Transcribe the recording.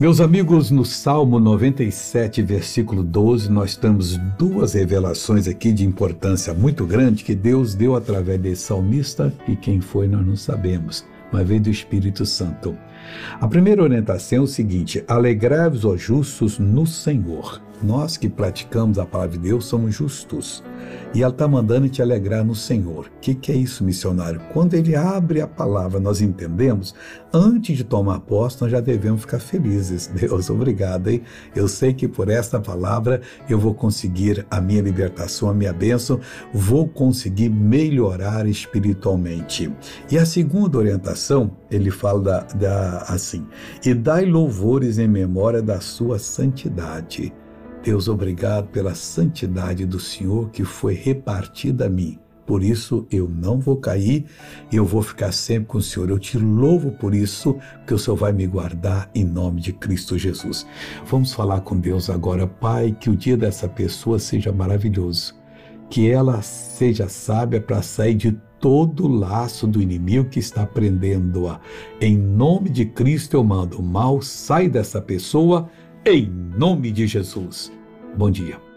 Meus amigos, no Salmo 97, versículo 12, nós temos duas revelações aqui de importância muito grande que Deus deu através desse salmista, e quem foi nós não sabemos, mas veio do Espírito Santo. A primeira orientação é o seguinte: alegrai-vos, ó justos, no Senhor. Nós que praticamos a palavra de Deus somos justos. E ela está mandando te alegrar no Senhor. O que é isso, missionário? Quando ele abre a palavra, nós entendemos, antes de tomar posse, nós já devemos ficar felizes. Deus, obrigado, hein? Eu sei que por esta palavra eu vou conseguir a minha libertação, a minha bênção, vou conseguir melhorar espiritualmente. E a segunda orientação, ele fala assim: e dai louvores em memória da sua santidade. Deus, obrigado pela santidade do Senhor que foi repartida a mim. Por isso eu não vou cair, eu vou ficar sempre com o Senhor. Eu te louvo por isso, que o Senhor vai me guardar em nome de Cristo Jesus. Vamos falar com Deus agora. Pai, que o dia dessa pessoa seja maravilhoso, que ela seja sábia para sair de todo o laço do inimigo que está prendendo-a. Em nome de Cristo eu mando o mal, sai dessa pessoa, em nome de Jesus. Bom dia.